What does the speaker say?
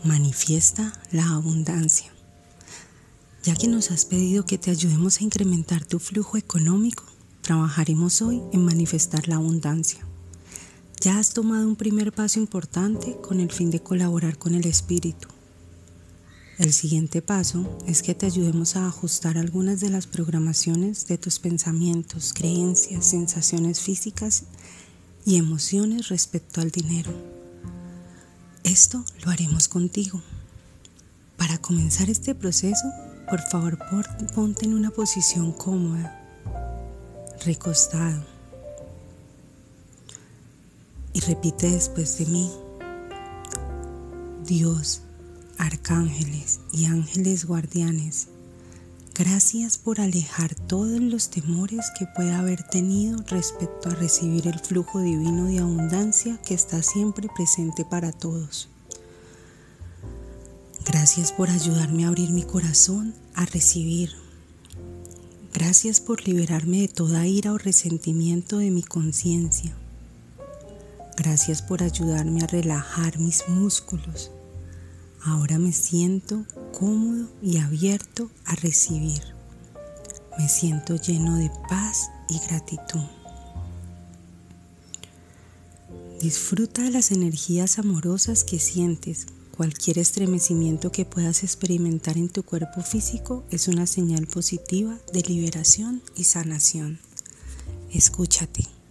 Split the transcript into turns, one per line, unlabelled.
Manifiesta la abundancia. Ya que nos has pedido que te ayudemos a incrementar tu flujo económico, trabajaremos hoy en manifestar la abundancia. Ya has tomado un primer paso importante con el fin de colaborar con el espíritu. El siguiente paso es que te ayudemos a ajustar algunas de las programaciones de tus pensamientos, creencias, sensaciones físicas y emociones respecto al dinero. Esto lo haremos contigo. Para comenzar este proceso, por favor ponte en una posición cómoda, recostado, y repite después de mí: Dios, arcángeles y ángeles guardianes, gracias por alejar todos los temores que pueda haber tenido respecto a recibir el flujo divino de abundancia que está siempre presente para todos. Gracias por ayudarme a abrir mi corazón a recibir. Gracias por liberarme de toda ira o resentimiento de mi conciencia. Gracias por ayudarme a relajar mis músculos. Ahora me siento cómodo y abierto a recibir. Me siento lleno de paz y gratitud. Disfruta de las energías amorosas que sientes. Cualquier estremecimiento que puedas experimentar en tu cuerpo físico es una señal positiva de liberación y sanación. Escúchate.